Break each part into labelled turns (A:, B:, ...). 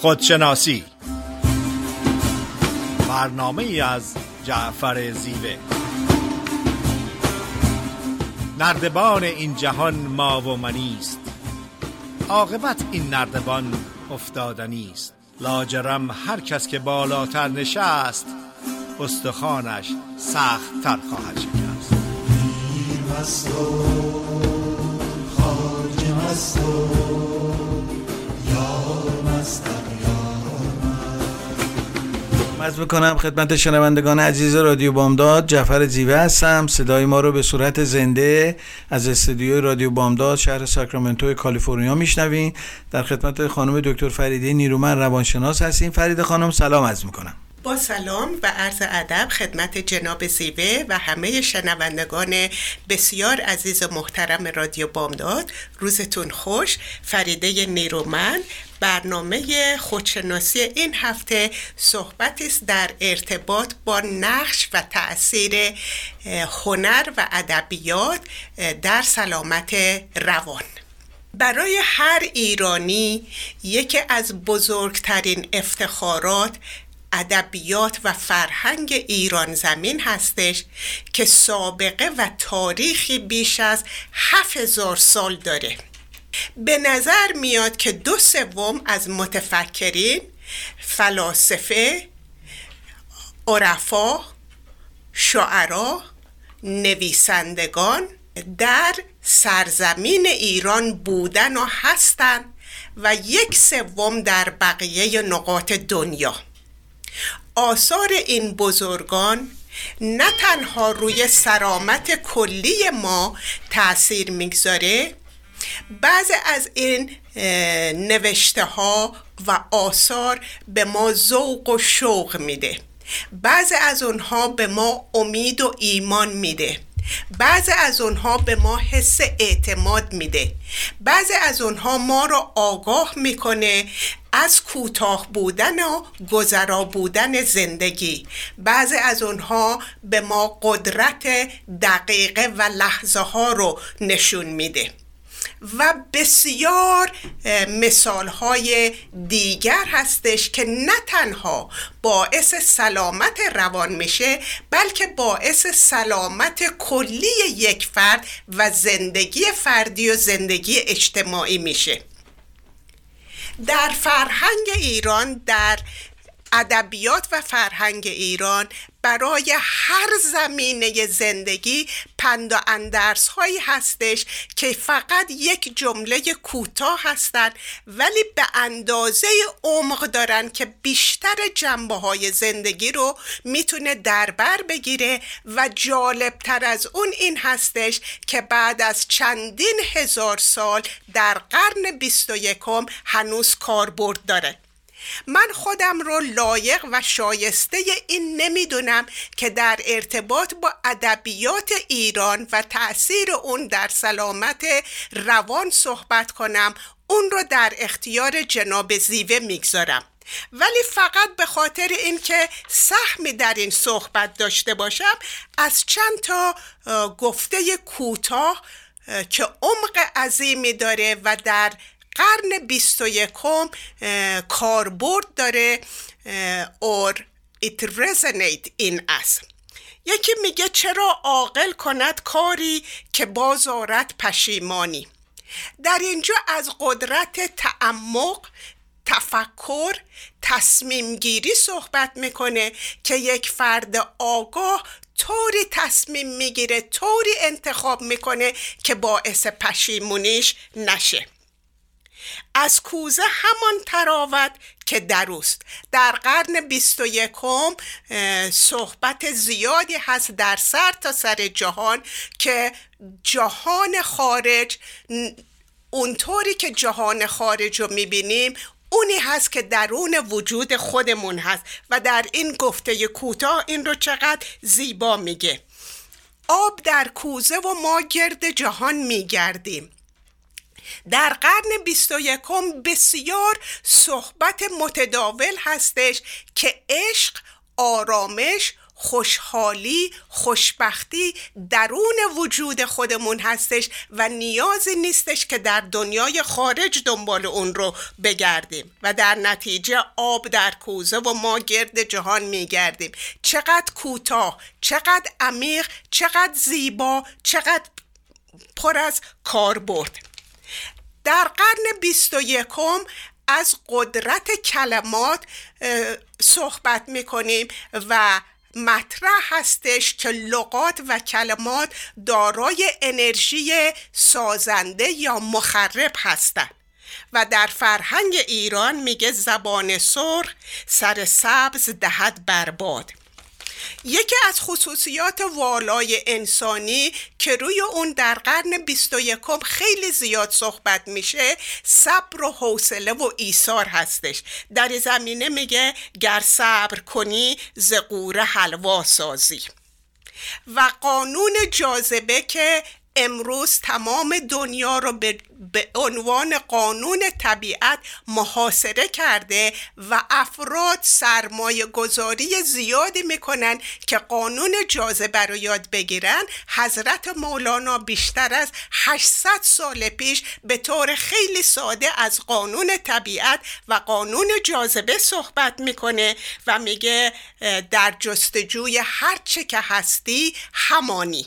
A: خودشناسی، برنامه ای از جعفر زیوه. نردبان این جهان ما و منیست، عاقبت این نردبان افتادنی است. لاجرم هر کس که بالاتر نشست، استخوانش سخت تر خواهد شکست.
B: پیر مست و خواجه مست و یار مستم
C: عرض میکنم خدمت شنوندگان عزیز رادیو بامداد. جعفر زیوه هستم. صدای ما رو به صورت زنده از استودیوی رادیو بامداد شهر ساکرامنتو کالیفرنیا میشنوین. در خدمت خانم دکتر فریده نیرومند روانشناس هستیم. فریده خانم سلام عرض میکنم.
D: با سلام و عرض ادب خدمت جناب زیوه و همه شنوندگان بسیار عزیز و محترم رادیو بامداد. روزتون خوش. فریده نیرومند. برنامه خودشناسی این هفته صحبتی است در ارتباط با نقش و تأثیر هنر و ادبیات در سلامت روان. برای هر ایرانی یکی از بزرگترین افتخارات ادبیات و فرهنگ ایران زمین هستش که سابقه و تاریخی بیش از 7000 سال داره. به نظر میاد که 2/3 از متفکرین، فلاسفه، عرفا، شاعرا، نویسندگان در سرزمین ایران بودن و هستن و 1/3 در بقیه نقاط دنیا. آثار این بزرگان نه تنها روی سلامت کلی ما تأثیر میگذاره، بعضی از این نوشته ها و آثار به ما ذوق و شوق میده، بعضی از اونها به ما امید و ایمان میده، بعضی از اونها به ما حس اعتماد میده، بعضی از اونها ما رو آگاه میکنه از کوتاه بودن و گذرا بودن زندگی، بعضی از اونها به ما قدرت دقیقه و لحظه ها رو نشون میده و بسیار مثال های دیگر هستش که نه تنها باعث سلامت روان میشه بلکه باعث سلامت کلی یک فرد و زندگی فردی و زندگی اجتماعی میشه. در فرهنگ ایران، در ادبیات و فرهنگ ایران، برای هر زمینه زندگی پند و اندرس هایی هستش که فقط یک جمله کوتاه هستند ولی به اندازه عمق دارن که بیشتر جنبه های زندگی رو میتونه در بر بگیره و جالبتر از اون این هستش که بعد از چندین هزار سال در قرن 21 هنوز کاربرد داره. من خودم رو لایق و شایسته این نمیدونم که در ارتباط با ادبیات ایران و تأثیر اون در سلامت روان صحبت کنم. اون رو در اختیار جناب زیوه میگذارم، ولی فقط به خاطر اینکه سهمی در این صحبت داشته باشم از چند تا گفته کوتاه که عمق عظیمی داره و در قرن 21 کاربرد داره or it resonate in us. یکی میگه چرا عاقل کند کاری که باز آرد پشیمانی. در اینجا از قدرت تعمق، تفکر، تصمیم گیری صحبت میکنه که یک فرد آگاه طوری تصمیم میگیره، طوری انتخاب میکنه که باعث پشیمونیش نشه. از کوزه همان تراوت که دروست. در قرن 21 صحبت زیادی هست در سر تا سر جهان که جهان خارج اونطوری که جهان خارج رو میبینیم اونی هست که درون وجود خودمون هست و در این گفته کوتاه این رو چقدر زیبا میگه. آب در کوزه و ما گرد جهان میگردیم. در قرن 21 بسیار صحبت متداول هستش که عشق، آرامش، خوشحالی، خوشبختی درون وجود خودمون هستش و نیازی نیستش که در دنیای خارج دنبال اون رو بگردیم و در نتیجه آب در کوزه و ما گرد جهان میگردیم. چقدر کوتاه، چقدر عمیق، چقدر زیبا، چقدر پر از کاربرد. در قرن 21 از قدرت کلمات صحبت میکنیم و مطرح هستش که لغات و کلمات دارای انرژی سازنده یا مخرب هستند و در فرهنگ ایران میگه زبان سرخ سر سبز دهد برباد. یکی از خصوصیات والای انسانی که روی اون در قرن 21 خیلی زیاد صحبت میشه صبر و حوصله و ایثار هستش. در زمینه میگه گر صبر کنی ز غوره حلوا سازی. و قانون جاذبه که امروز تمام دنیا رو به عنوان قانون طبیعت محاصره کرده و افراد سرمایه گذاری زیادی میکنن که قانون جاذبه رو یاد بگیرن. حضرت مولانا بیشتر از 800 سال پیش به طور خیلی ساده از قانون طبیعت و قانون جاذبه صحبت میکنه و میگه در جستجوی هر چه که هستی همانی.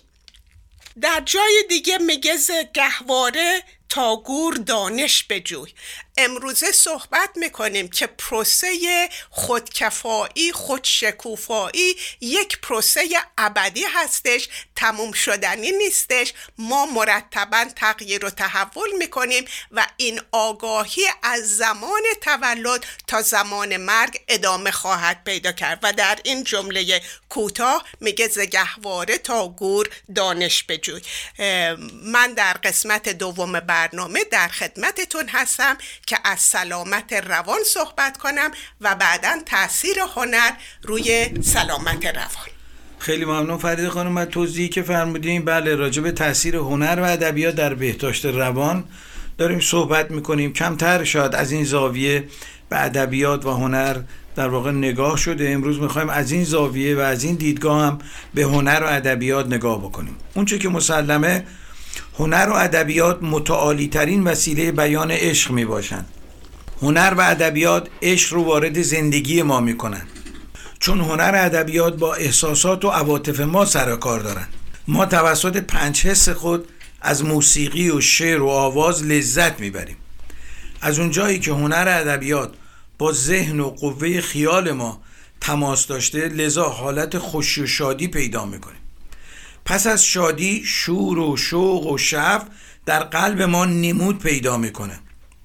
D: در جای دیگه میگه ز گهواره تا گور دانش بجوی. امروزه صحبت میکنیم که پروسه خودکفایی، خودشکوفایی یک پروسه ابدی هستش، تموم شدنی نیستش. ما مرتباً تغییر و تحول میکنیم و این آگاهی از زمان تولد تا زمان مرگ ادامه خواهد پیدا کرد. و در این جمله کوتاه میگه ز گهواره تا گور دانش بجوی. من در قسمت دوم برنامه در خدمتتون هستم که از سلامت روان صحبت کنم و بعداً تأثیر هنر روی سلامت روان.
C: خیلی ممنون فرید خانم از توضیحی که فرمودین. بله، راجع به تأثیر هنر و ادبیات در بهداشت روان داریم صحبت میکنیم. کمتر شاید از این زاویه به ادبیات و هنر در واقع نگاه شده. امروز میخوایم از این زاویه و از این دیدگاه هم به هنر و ادبیات نگاه بکنیم. اونچه که مسلمه هنر و ادبیات متعالی ترین وسیله بیان عشق می باشند. هنر و ادبیات عشق رو وارد زندگی ما می کنند، چون هنر و ادبیات با احساسات و عواطف ما سر و کار دارند. ما توسط 5 حس خود از موسیقی و شعر و آواز لذت می بریم. از اون جایی که هنر و ادبیات با ذهن و قوه خیال ما تماس داشته، لذا حالت خوشی و شادی پیدا می کنیم. پس از شادی شور و شوق و شعف در قلب ما نمود پیدا میکنه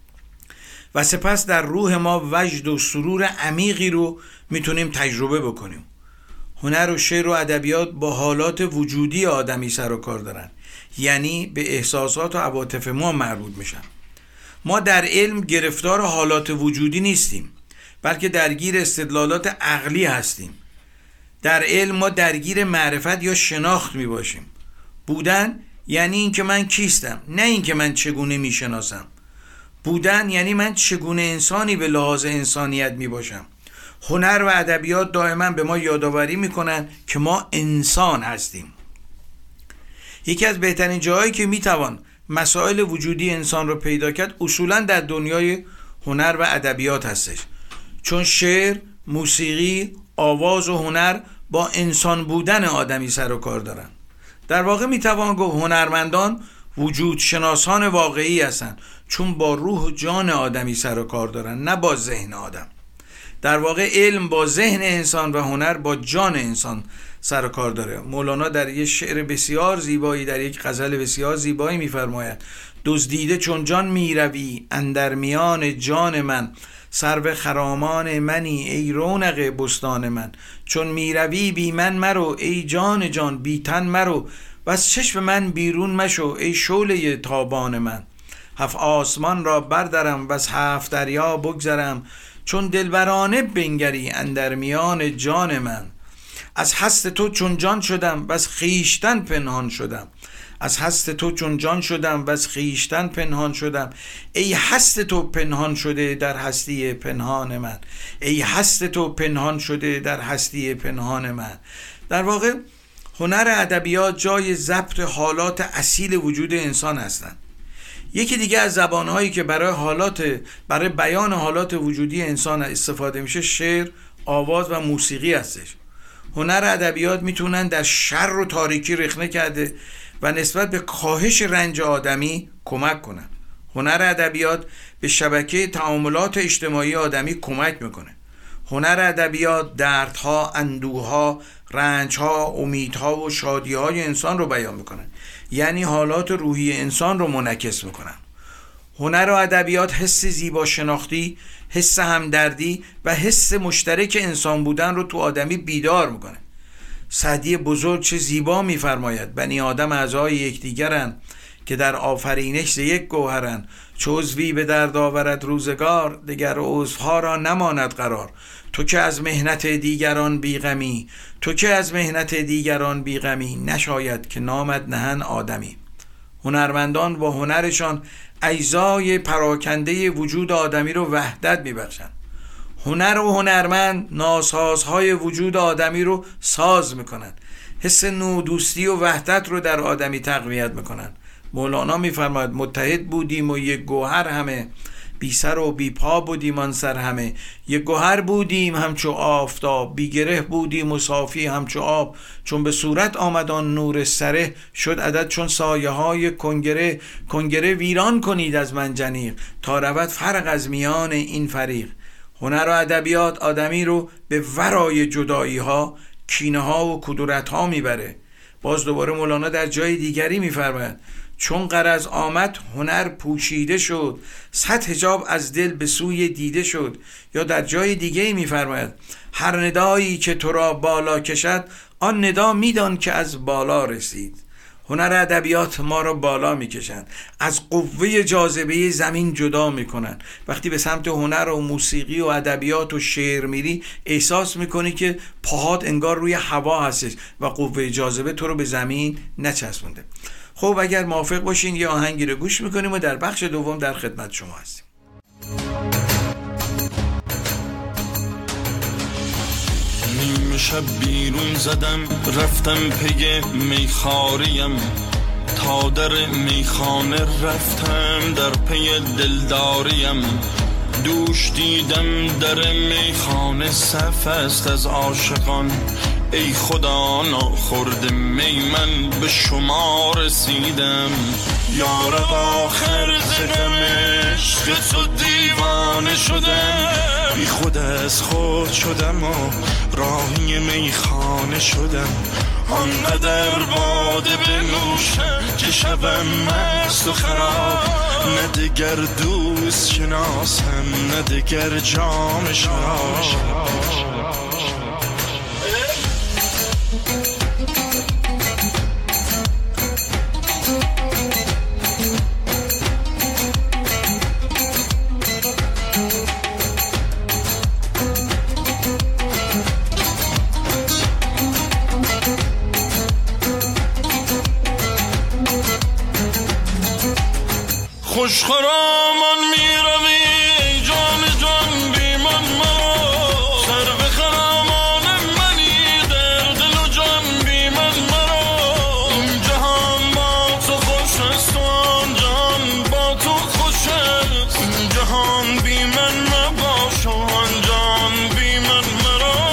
C: و سپس در روح ما وجد و سرور عمیقی رو میتونیم تجربه بکنیم. هنر و شعر و ادبیات با حالات وجودی آدمی سر و کار دارن، یعنی به احساسات و عواطف ما مربوط میشن. ما در علم گرفتار حالات وجودی نیستیم، بلکه درگیر استدلالات عقلی هستیم. در علم ما درگیر معرفت یا شناخت می باشیم. بودن یعنی این که من کیستم، نه این که من چگونه می شناسم. بودن یعنی من چگونه انسانی به لحاظ انسانیت می باشم. هنر و ادبیات دائما به ما یادآوری می کنن که ما انسان هستیم. یکی از بهترین جاهایی که می توان مسائل وجودی انسان رو پیدا کرد اصولا در دنیای هنر و ادبیات هستش، چون شعر، موسیقی، آواز و هنر با انسان بودن آدمی سر و کار دارن. در واقع میتوان گفت هنرمندان وجود شناسان واقعی هستند، چون با روح و جان آدمی سر و کار دارن، نه با ذهن آدم. در واقع علم با ذهن انسان و هنر با جان انسان سر و کار داره. مولانا در یک شعر بسیار زیبایی، در یک غزل بسیار زیبایی میفرماید: دزدیده چون جان میروی اندر میان جان من، سرو خرامان منی ای رونق بستان من. چون میروی بی من مرو ای جان جان، بی تن مرو و از چشم من بیرون مشو ای شعله تابان من. 7 آسمان را بردرم و از 7 دریا بگذرم، چون دلبرانه بنگری اندر میان جان من. از هست تو چون جان شدم و از خویشتن پنهان شدم، از هست تو چون جان شدم و از خویشتن پنهان شدم. ای هست تو پنهان شده در هستی پنهان من، ای هست تو پنهان شده در هستی پنهان من. در واقع هنر ادبیات جای ضبط حالات اصیل وجود انسان هستند. یکی دیگه از زبانهایی که برای بیان حالات وجودی انسان استفاده میشه شعر، آواز و موسیقی هستش. هنر ادبیات میتونن در شر و تاریکی رخنه کرده و نسبت به کاهش رنج آدمی کمک کنن. هنر ادبیات به شبکه تعاملات اجتماعی آدمی کمک میکنه. هنر ادبیات دردها، اندوهها، رنجها، امیدها و شادیهای انسان رو بیان میکنن، یعنی حالات روحی انسان رو منعکس میکنن. هنر و ادبیات حس زیبا شناختی، حس همدردی و حس مشترک انسان بودن رو تو آدمی بیدار میکنه. سعدی بزرگ چه زیبا میفرماید: بنی آدم اعضای یکدیگرند که در آفرینش ز یک گوهرند، چو عضوی به درد آورد روزگار، دگر عضوها را نماند قرار. تو که از مهنت دیگران بیغمی، تو که از مهنت دیگران بیغمی، نشاید که نامد نهن آدمی. هنرمندان با هنرشان اجزای پراکنده وجود آدمی رو وحدت میبخشن. هنر و هنرمند ناسازهای وجود آدمی رو ساز میکنن، حس نودوستی و وحدت رو در آدمی تقویت میکنن. مولانا میفرماید: متحد بودیم و یک گوهر همه، بی سر و بی پا بودیم آن سر همه. یک گوهر بودیم همچو آفتاب، بی گره بودیم و صافی همچو آب. چون به صورت آمدان نور سره، شد عدد چون سایه های کنگره. کنگره ویران کنید از منجنیق، تا رود فرق از میان این فریق. هنر و ادبیات آدمی رو به ورای جدایی ها، کینه ها و کدورت ها میبره. باز دوباره مولانا در جای دیگری میفرماید: چون غرض آمد هنر پوشیده شد، صد حجاب از دل به سوی دیده شد. یا در جای دیگه میفرماید: هر ندایی که تو را بالا کشد، آن ندا میدان که از بالا رسید. هنر ادبیات ما را بالا میکشن، از قوه جاذبه زمین جدا میکنن. وقتی به سمت هنر و موسیقی و ادبیات و شعر میری، احساس میکنی که پاهات انگار روی هوا هستش و قوه جاذبه تو رو به زمین نچسبونده. خب اگر موافق باشین یه آهنگی رو گوش میکنیم و در بخش دوم در خدمت شما هستیم.
E: نیم شب بیرون زدم، رفتم پی میخاریم، تا در میخانه رفتم در پی دلداریم. دوش دیدم در میخانه صف است از عاشقان، ای خدا ناخورده می من به شما رسیدم. یارب آخر زدم عشق تو دیوانه شدم، بی خود از خود شدم و راهی میخانه شدم. آنقدر باده بنوشم که شبم مست و خراب، نه دگر دوست شناسم نه دگر جام شراب. خوش خرامان می روی ای جان جان بی من مرا، سر به خرامان منی در دل و جان بی من مرا. این جهان با تو خوش است و آن جهان با تو خوش است، این جهان بی من مباش و آن جهان بی من مرا.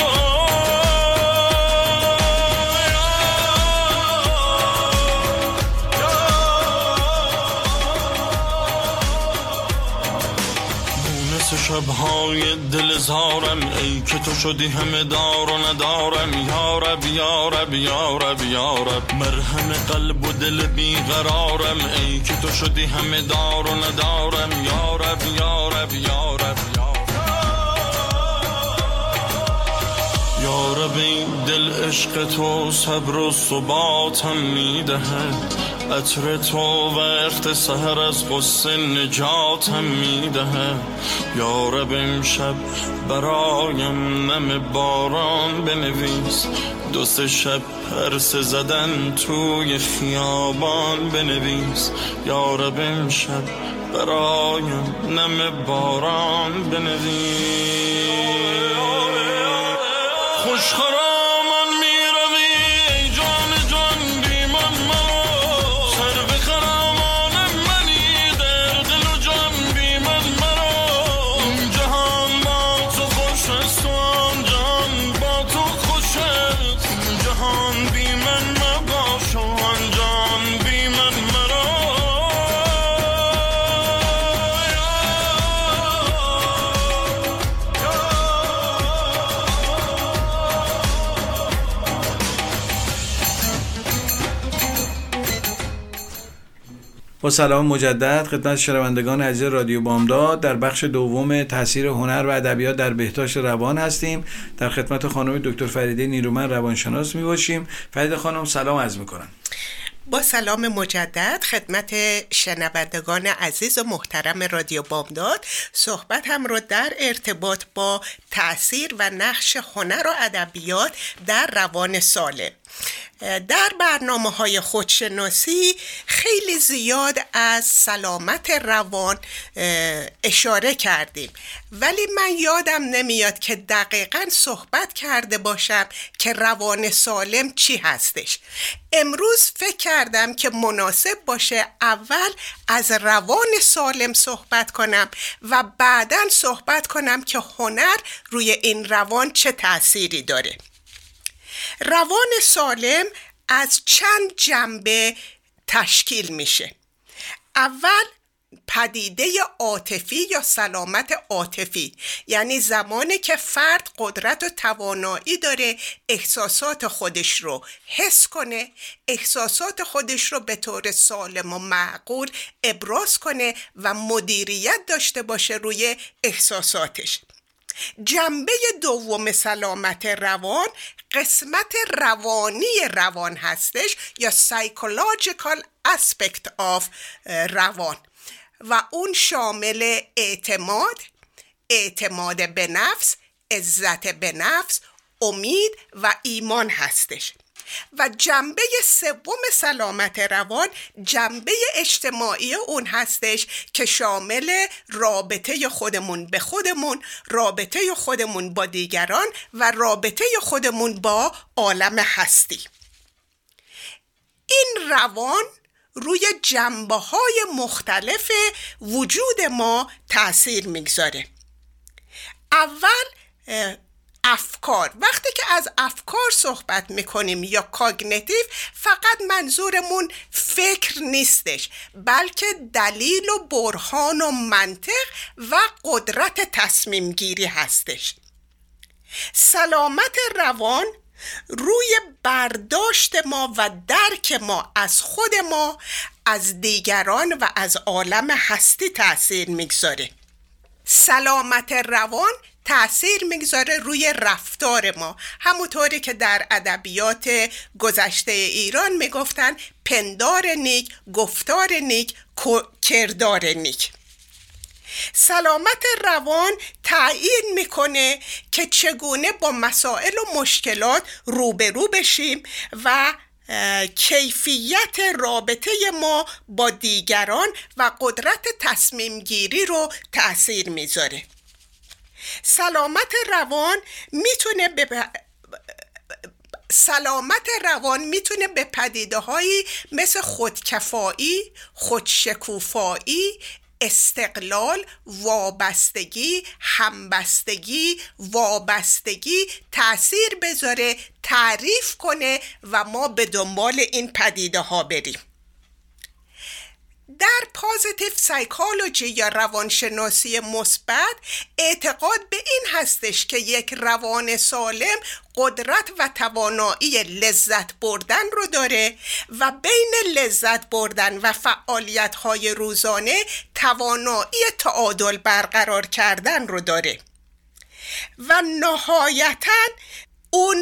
E: شبهای دل زارم ای که تو شدی همه دار و ندارم. یارب یارب یارب یارب مرهم قلب و دل بیقرارم، ای که تو شدی همه دار و ندارم. یارب یارب یارب یارب این دل عشق تو صبر و ثباتم میدهد، عطر تو وقت سحر از غصه نجاتم میدهد. یارب امشب برایم نم باران بنویس، دو سه شب پرسه زدن توی خیابان بنویس. یارب امشب برایم نم باران بنویس. خوش خرامان می روی
C: با سلام مجدد خدمت شنوندگان عزیز رادیو بامداد در بخش دوم تاثیر هنر و ادبیات در بهداشت روان هستیم. در خدمت خانم دکتر فریده نیرومند روانشناس میباشیم. فریده خانم سلام عرض میکنم.
D: با سلام مجدد خدمت شنوندگان عزیز و محترم رادیو بامداد. صحبت هم رو در ارتباط با تأثیر و نقش هنر و ادبیات در روان سالم. در برنامه‌های خودشناسی خیلی زیاد از سلامت روان اشاره کردیم، ولی من یادم نمیاد که دقیقاً صحبت کرده باشم که روان سالم چی هستش. امروز فکر کردم که مناسب باشه اول از روان سالم صحبت کنم و بعداً صحبت کنم که هنر روی این روان چه تأثیری داره. روان سالم از چند جنبه تشکیل میشه. اول پدیده عاطفی یا سلامت عاطفی، یعنی زمانی که فرد قدرت و توانایی داره احساسات خودش رو حس کنه، احساسات خودش رو به طور سالم و معقول ابراز کنه و مدیریت داشته باشه روی احساساتش. جنبه دوم سلامت روان قسمت روانی روان هستش یا psychological aspect of روان و اون شامل اعتماد به نفس، عزت به نفس، امید و ایمان هستش. و جنبه سوم سلامت روان جنبه اجتماعی اون هستش که شامل رابطه خودمون به خودمون، رابطه خودمون با دیگران و رابطه خودمون با عالم هستی. این روان روی جنبه‌های مختلف وجود ما تأثیر میگذاره. اول افکار. وقتی که از افکار صحبت میکنیم یا کاگنیتیو، فقط منظورمون فکر نیستش، بلکه دلیل و برهان و منطق و قدرت تصمیم گیری هستش. سلامت روان روی برداشت ما و درک ما از خود ما، از دیگران و از عالم هستی تأثیر میگذاره. سلامت روان تأثیر میگذاره روی رفتار ما، همونطوری که در ادبیات گذشته ایران میگفتن پندار نیک، گفتار نیک، کردار نیک. سلامت روان تعیین میکنه که چگونه با مسائل و مشکلات روبرو بشیم و کیفیت رابطه ما با دیگران و قدرت تصمیم گیری رو تأثیر میذاره. سلامت روان میتونه به پدیده‌هایی مثل خودکفایی، خودشکوفایی، استقلال، وابستگی، همبستگی، وابستگی تأثیر بذاره، تعریف کنه و ما به دنبال این پدیده ها بریم. در پازیتیو سایکولوژی یا روانشناسی مثبت اعتقاد به این هستش که یک روان سالم قدرت و توانایی لذت بردن رو داره و بین لذت بردن و فعالیت‌های روزانه توانایی تعادل برقرار کردن رو داره و نهایتاً اون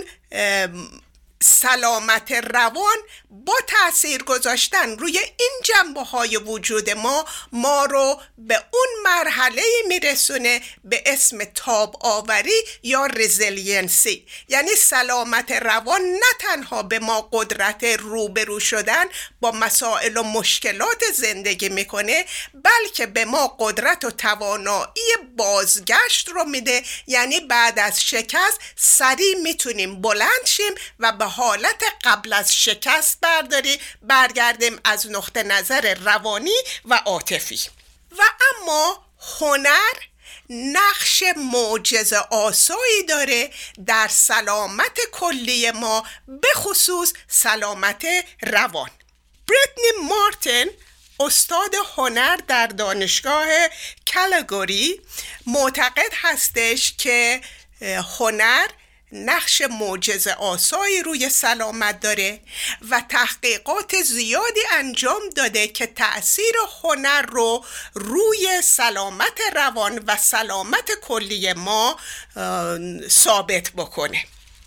D: سلامت روان با تأثیر گذاشتن روی این جنبه‌های وجود ما رو به اون مرحله میرسونه به اسم تاب آوری یا رزیلینسی. یعنی سلامت روان نه تنها به ما قدرت روبرو شدن با مسائل و مشکلات زندگی میکنه، بلکه به ما قدرت و توانایی بازگشت رو میده. یعنی بعد از شکست سریع میتونیم بلند شیم و به حالت قبل از شکست برگردیم از نقطه نظر روانی و عاطفی. و اما هنر نقش معجزه آسایی داره در سلامت کلی ما، به خصوص سلامت روان. بریتنی مارتن استاد هنر در دانشگاه کالگاری معتقد هستش که هنر نقش معجزه آسایی روی سلامت داره و تحقیقات زیادی انجام داده که تأثیر هنر رو روی سلامت روان و سلامت کلی ما ثابت بکنه.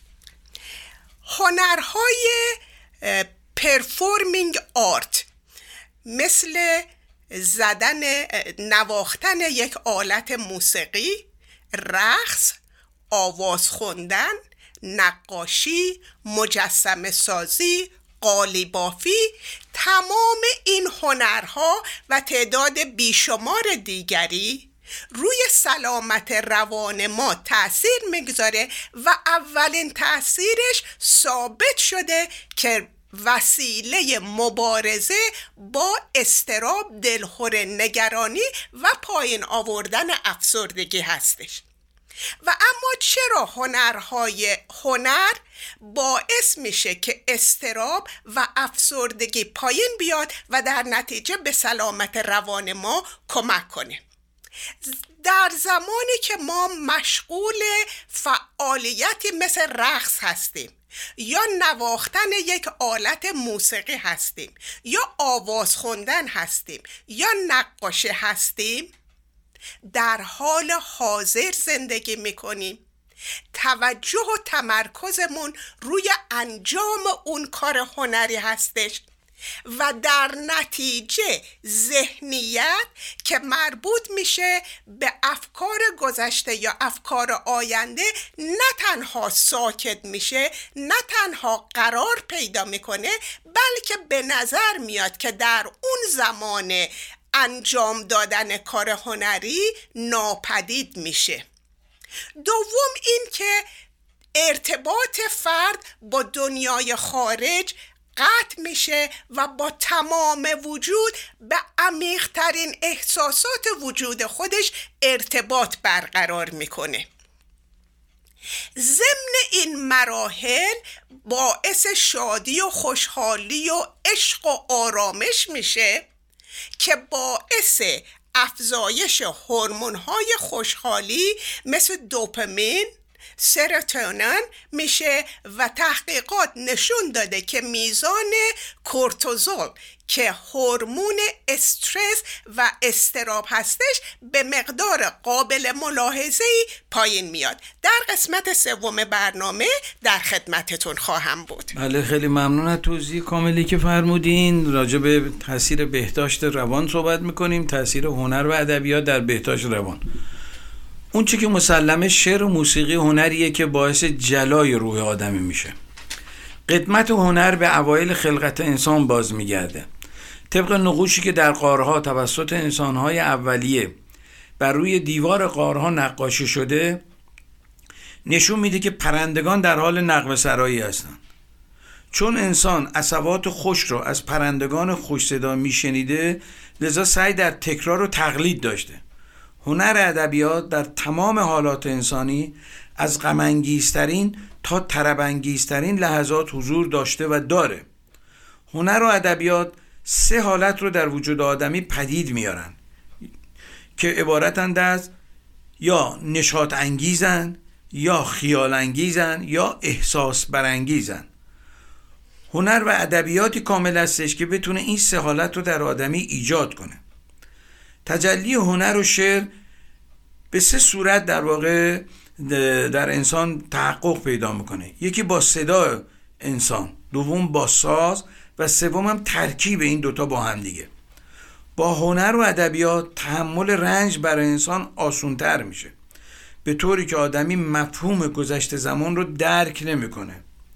D: هنرهای پرفورمینگ آرت مثل نواختن یک آلت موسیقی، رقص، آواز خوندن، نقاشی، مجسمه سازی، قالیبافی، تمام این هنرها و تعداد بیشمار دیگری روی سلامت روان ما تأثیر میگذاره و اولین تأثیرش ثابت شده که وسیله مبارزه با اضطراب، دلخور، نگرانی و پایین آوردن افسردگی هستش. و اما چرا هنر باعث میشه که اضطراب و افسردگی پایین بیاد و در نتیجه به سلامت روان ما کمک کنه؟ در زمانی که ما مشغول فعالیتی مثل رقص هستیم یا نواختن یک آلت موسیقی هستیم یا آواز خوندن هستیم یا نقاشی هستیم، در حال حاضر زندگی میکنیم. توجه و تمرکزمون روی انجام اون کار هنری هستش و در نتیجه ذهنیت که مربوط میشه به افکار گذشته یا افکار آینده نه تنها ساکت میشه، نه تنها قرار پیدا میکنه، بلکه به نظر میاد که در اون زمان انجام دادن کار هنری ناپدید میشه. دوم این که ارتباط فرد با دنیای خارج قطع میشه و با تمام وجود به عمیق‌ترین احساسات وجود خودش ارتباط برقرار میکنه. ضمن این مراحل باعث شادی و خوشحالی و عشق و آرامش میشه که باعث افزایش هورمون‌های خوشحالی مثل دوپامین، سروتونین میشه و تحقیقات نشون داده که میزان کورتیزول که هورمون استرس و اضطراب هستش به مقدار قابل ملاحظه‌ای پایین میاد. در قسمت سوم برنامه در خدمتتون خواهم بود.
C: بله، خیلی ممنون از توضیح کاملی که فرمودین. راجع به تاثیر بهداشت روان صحبت میکنیم، تاثیر هنر و ادبیات در بهداشت روان. اون چی که مسلمه شعر و موسیقی هنریه که باعث جلای روح آدمی میشه. قدمت هنر به اوایل خلقت انسان باز میگرده. طبق نقوشی که در غارها توسط انسانهای اولیه بر روی دیوار غارها نقاشی شده نشون میده که پرندگان در حال نغمه سرایی هستند. چون انسان اصوات خوش رو از پرندگان خوش صدا میشنیده، لذا سعی در تکرار و تقلید داشته. هنر ادبیات در تمام حالات انسانی از غم‌انگیزترین تا طرب‌انگیزترین لحظات حضور داشته و داره. هنر و ادبیات 3 حالت رو در وجود آدمی پدید میارن که عبارتند از یا نشاط انگیزن، یا خیال انگیزن، یا احساس برانگیزن. هنر و ادبیاتی کامل هستش که بتونه این 3 حالت رو در آدمی ایجاد کنه. تجلی هنر و شعر به 3 صورت در واقع در انسان تحقق پیدا میکنه. یکی با صدا انسان، دوم با ساز و سوم هم ترکیب این دوتا با هم دیگه. با هنر و ادبیات تحمل رنج برای انسان آسان‌تر میشه، به طوری که آدمی مفهوم گذشته زمان رو درک نمیکنه.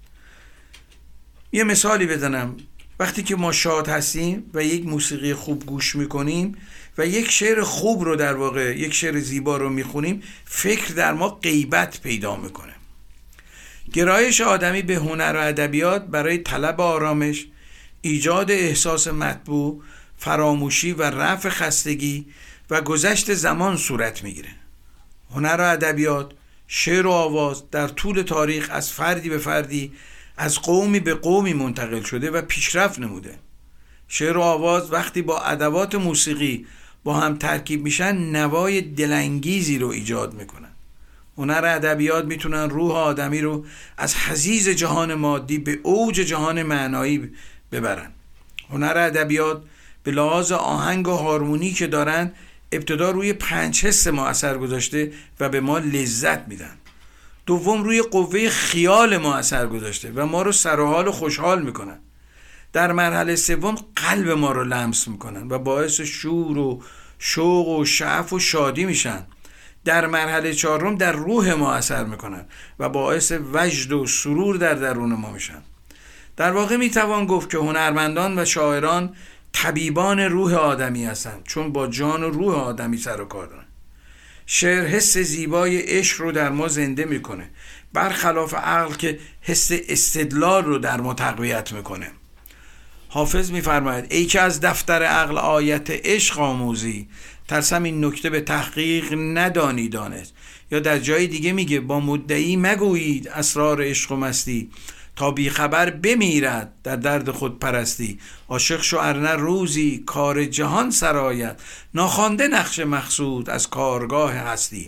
C: یه مثالی بزنم. وقتی که ما شاد هستیم و یک موسیقی خوب گوش میکنیم و یک شعر خوب رو در واقع یک شعر زیبا رو میخونیم، فکر در ما غیبت پیدا میکنه. گرایش آدمی به هنر و ادبیات برای طلب آرامش، ایجاد احساس مطبوع، فراموشی و رفع خستگی و گذشت زمان صورت میگیره. هنر و ادبیات، شعر و آواز در طول تاریخ از فردی به فردی، از قومی به قومی منتقل شده و پیشرفت نموده. شعر و آواز وقتی با ادوات موسیقی با هم ترکیب میشن، نوای دلانگیزی رو ایجاد میکنن. هنر ادبیات میتونن روح آدمی رو از حضیض جهان مادی به اوج جهان معنایی ببرن. هنر ادبیات به لحاظ آهنگ و هارمونی که دارن ابتدا روی 5 حس ما اثر گذاشته و به ما لذت میدن. دوم روی قوه خیال ما اثر گذاشته و ما رو سر و حال و خوشحال میکنن. در مرحله سوم قلب ما رو لمس میکنن و باعث شور و شوق و شعف و شادی میشن. در مرحله چهارم در روح ما اثر میکنن و باعث وجد و سرور در درون ما میشن. در واقع میتوان گفت که هنرمندان و شاعران طبیبان روح آدمی هستند، چون با جان و روح آدمی سر و کار دارن. شعر حس زیبای عشق رو در ما زنده میکنه، برخلاف عقل که حس استدلال رو در ما تقویت میکنه. حافظ میفرماید ای که از دفتر عقل آیت عشق آموزی، ترسم این نکته به تحقیق ندانی دانست. یا در جای دیگه میگه با مدعی مگویید اسرار عشق و مستی، تا بی خبر بمیرد در درد خود پرستی. عاشق شو ارنه روزی کار جهان سرایت، ناخوانده نقش مقصود از کارگاه هستی.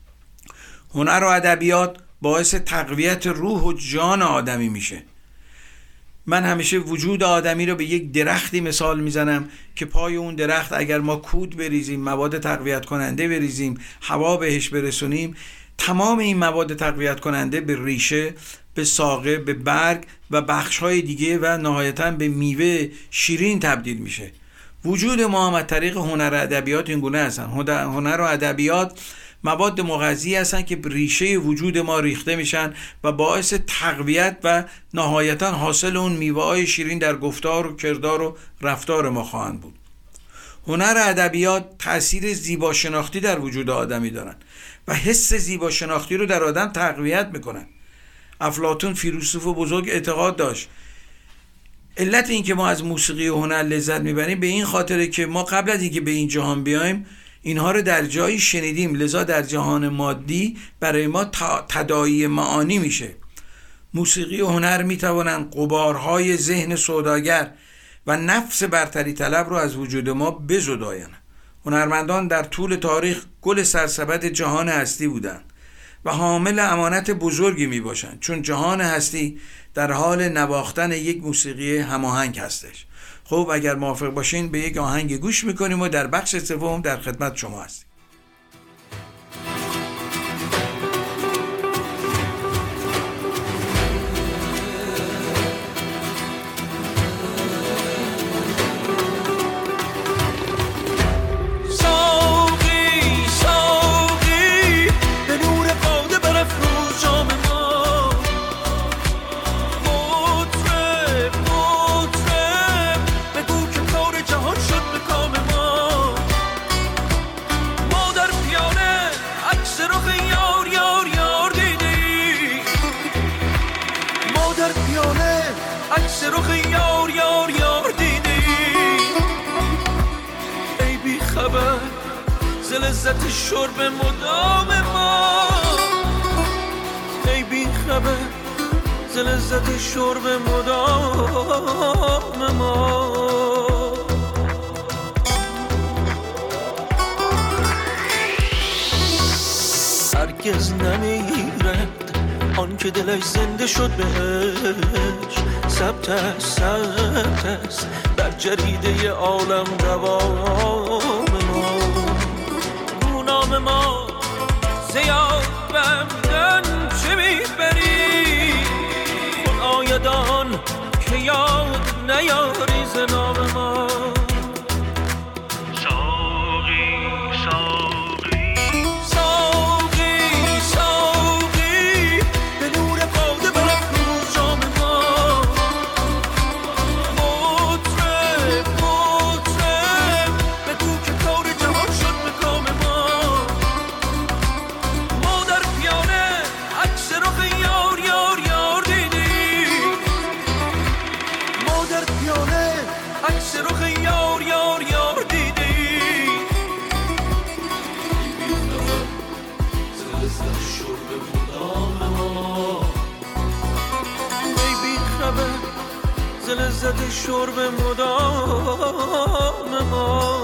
C: هنر و ادبیات باعث تقویت روح و جان آدمی میشه. من همیشه وجود آدمی رو به یک درختی مثال میزنم که پای اون درخت اگر ما کود بریزیم، مواد تقویت کننده بریزیم، هوا بهش برسونیم، تمام این مواد تقویت کننده به ریشه، به ساقه، به برگ و بخش‌های دیگه و نهایتاً به میوه شیرین تبدیل میشه. وجود ما هم از طریق هنر و ادبیات این گونه هستن. هنر و ادبیات مواد مغذی هستن که ریشه وجود ما ریخته میشن و باعث تقویت و نهایتاً حاصل اون میوه‌های شیرین در گفتار و کردار و رفتار ما خواهند بود. هنر و ادبیات تأثیر زیبا شناختی در وجود آدمی دارن و حس زیبا شناختی رو در آدم تقویت میکنن. افلاطون فیلسوف بزرگ اعتقاد داشت علت این که ما از موسیقی و هنر لذت میبریم به این خاطره که ما قبل از اینکه به این جهان بیایم اینها رو در جایی شنیدیم، لذا در جهان مادی برای ما تداعی معانی میشه. موسیقی و هنر میتوانند غبارهای ذهن سوداگر و نفس برتری طلب رو از وجود ما بزدایند. هنرمندان در طول تاریخ گل سرسبد جهان هستی بودند و حامل امانت بزرگی می باشند، چون جهان هستی در حال نواختن یک موسیقی هماهنگ هستش. خب اگر موافق باشین به یک آهنگ گوش میکنیم و در بخش سوم در خدمت شما هستیم.
E: لذت شرب مدام ما، ای بی خبر ز لذت شرب مدام ما. هرگز نمیرد آن که دلش زنده شد بهش، ثبت است بر جریده عالم دوام ما. نام ما زیاد بمدن چه میبری، خون آیدان که یاد نیاری ز نام ما. لذت شرب مدام ما.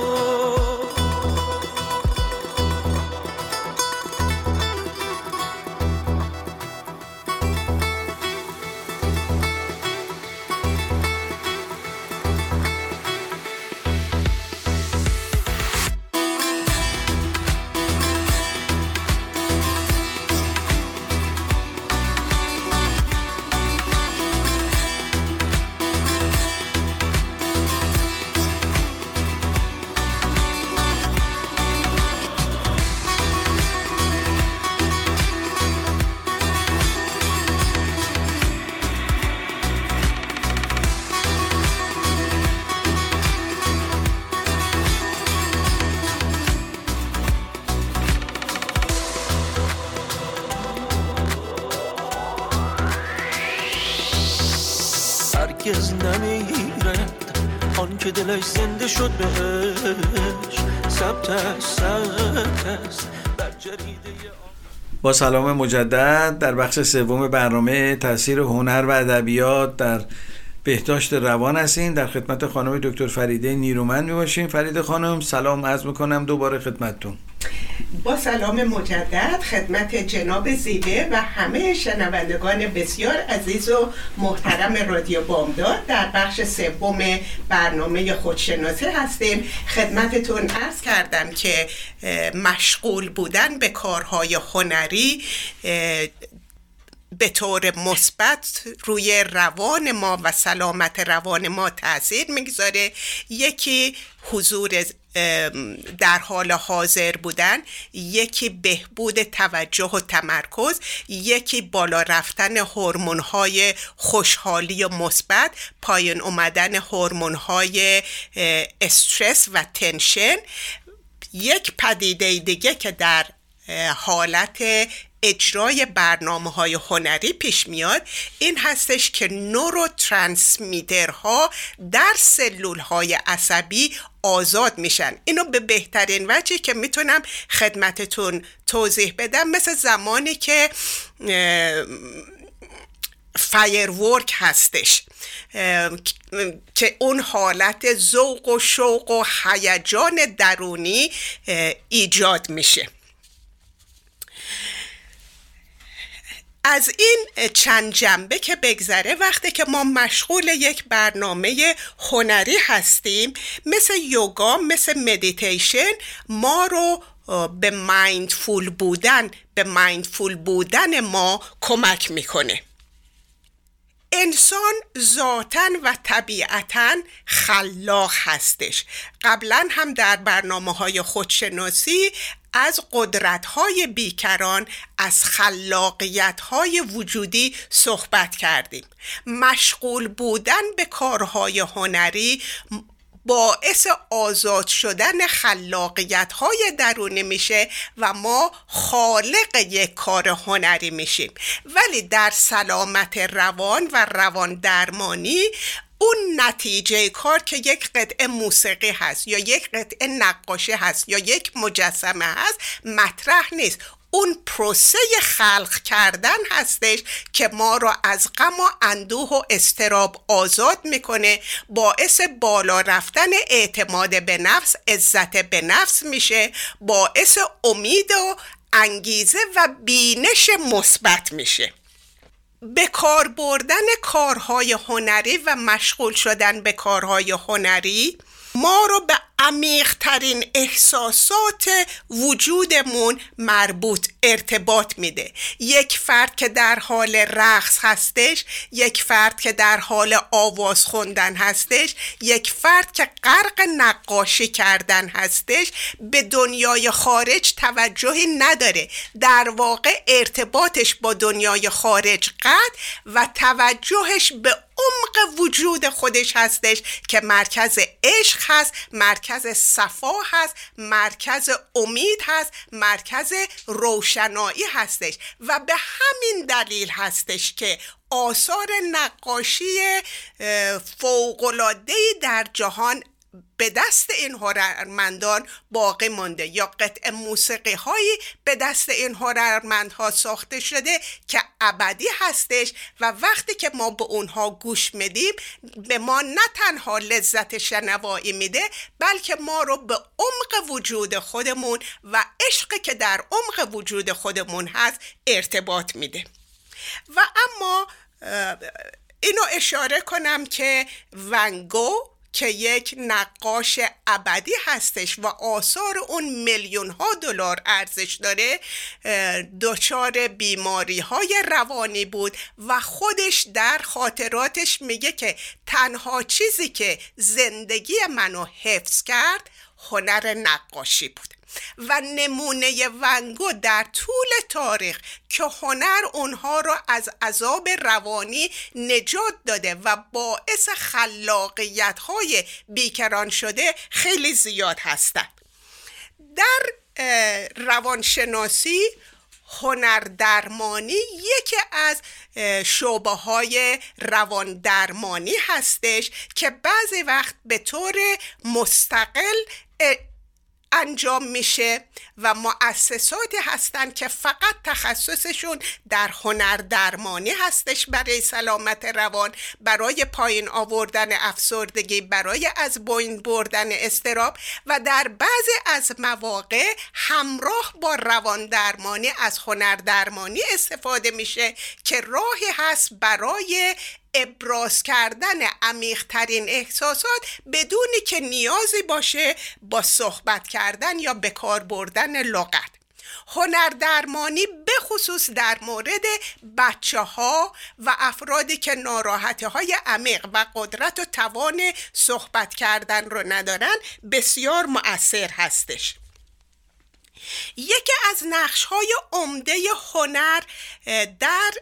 F: هرگز نمیرد، آن که دلش زنده شد بهش ثبتش بر جریده.
C: با سلام مجدد در بخش سوم برنامه تاثیر هنر و ادبیات در بهداشت روان هستیم. در خدمت خانم دکتر فریده نیرومند میباشیم. فریده خانم سلام عرض میکنم دوباره خدمتتون.
D: با سلام مجدد خدمت جناب زیبه و همه شنوندگان بسیار عزیز و محترم رادیو بامداد. در بخش سوم برنامه خودشناسی هستیم. خدمتتون عرض کردم که مشغول بودن به کارهای هنری به طور مثبت روی روان ما و سلامت روان ما تأثیر میگذاره. یکی حضور در حال حاضر بودن، یکی بهبود توجه و تمرکز، یکی بالا رفتن هورمون‌های خوشحالی و مثبت، پایین اومدن هورمون‌های استرس و تنشن. یک پدیده دیگه که در حالت اجرای برنامه‌های هنری پیش میاد این هستش که نوروترانسمیترها در سلول‌های عصبی آزاد میشن. اینو به بهترین وجهی که میتونم خدمتتون توضیح بدم مثل زمانی که فایرورک هستش که اون حالت ذوق و شوق و هیجان درونی ایجاد میشه. از این چند جنبه که بگذره، وقتی که ما مشغول یک برنامه هنری هستیم مثل یوگا، مثل مدیتیشن، ما رو به مایندفول بودن ما کمک میکنه. انسان ذاتاً و طبیعتاً خلاق هستش. قبلاً هم در برنامه‌های خودشناسی از قدرت‌های بیکران، از خلاقیت‌های وجودی صحبت کردیم. مشغول بودن به کارهای هنری باعث آزاد شدن خلاقیت‌های درونی میشه و ما خالق یک کار هنری میشیم. ولی در سلامت روان و روان درمانی اون نتیجه کار که یک قطعه موسیقی هست یا یک قطعه نقاشی هست یا یک مجسمه هست مطرح نیست. اون پروسه خلق کردن هستش که ما را از غم و اندوه و اضطراب آزاد میکنه، باعث بالا رفتن اعتماد به نفس، عزت به نفس میشه، باعث امید و انگیزه و بینش مثبت میشه. به کار بردن کارهای هنری و مشغول شدن به کارهای هنری ما رو به عمیق‌ترین احساسات وجودمون ارتباط میده. یک فرد که در حال رقص هستش، یک فرد که در حال آواز خوندن هستش، یک فرد که غرق نقاشی کردن هستش، به دنیای خارج توجهی نداره. در واقع ارتباطش با دنیای خارج قطع و توجهش به عمق وجود خودش هستش که مرکز عشق هست، مرکز صفا هست، مرکز امید هست، مرکز روشنایی هستش. و به همین دلیل هستش که آثار نقاشی فوق‌العاده‌ای در جهان به دست این هنرمندان باقی مونده یا قطعه موسیقی هایی به دست این هنرمندها ساخته شده که ابدی هستش و وقتی که ما به اونها گوش میدیم به ما نه تنها لذت شنوایی میده بلکه ما رو به عمق وجود خودمون و عشقی که در عمق وجود خودمون هست ارتباط میده. و اما اینو اشاره کنم که ون گو که یک نقاش ابدی هستش و آثار اون میلیون‌ها دلار ارزش داره، دچار بیماری‌های روانی بود و خودش در خاطراتش میگه که تنها چیزی که زندگی منو حفظ کرد هنر نقاشی بود. و نمونه ون گو در طول تاریخ که هنر اونها را از عذاب روانی نجات داده و باعث خلاقیت‌های بیکران شده خیلی زیاد هستند. در روانشناسی هنردرمانی یکی از شعبه‌های رواندرمانی هستش که بعضی وقت به طور مستقل انجام میشه و مؤسساتی هستن که فقط تخصصشون در هنردرمانی هستش برای سلامت روان، برای پایین آوردن افسردگی، برای از بین بردن اضطراب و در بعضی از مواقع همراه با رواندرمانی از هنردرمانی استفاده میشه که راهی هست برای ابراز کردن عمیق‌ترین احساسات بدونی که نیازی باشه با صحبت کردن یا به کار بردن لغت. هنردرمانی به خصوص در مورد بچه‌ها و افرادی که ناراحتی‌های عمیق و قدرت و توان صحبت کردن رو ندارن بسیار مؤثر هستش. یکی از نقش‌های عمده هنر در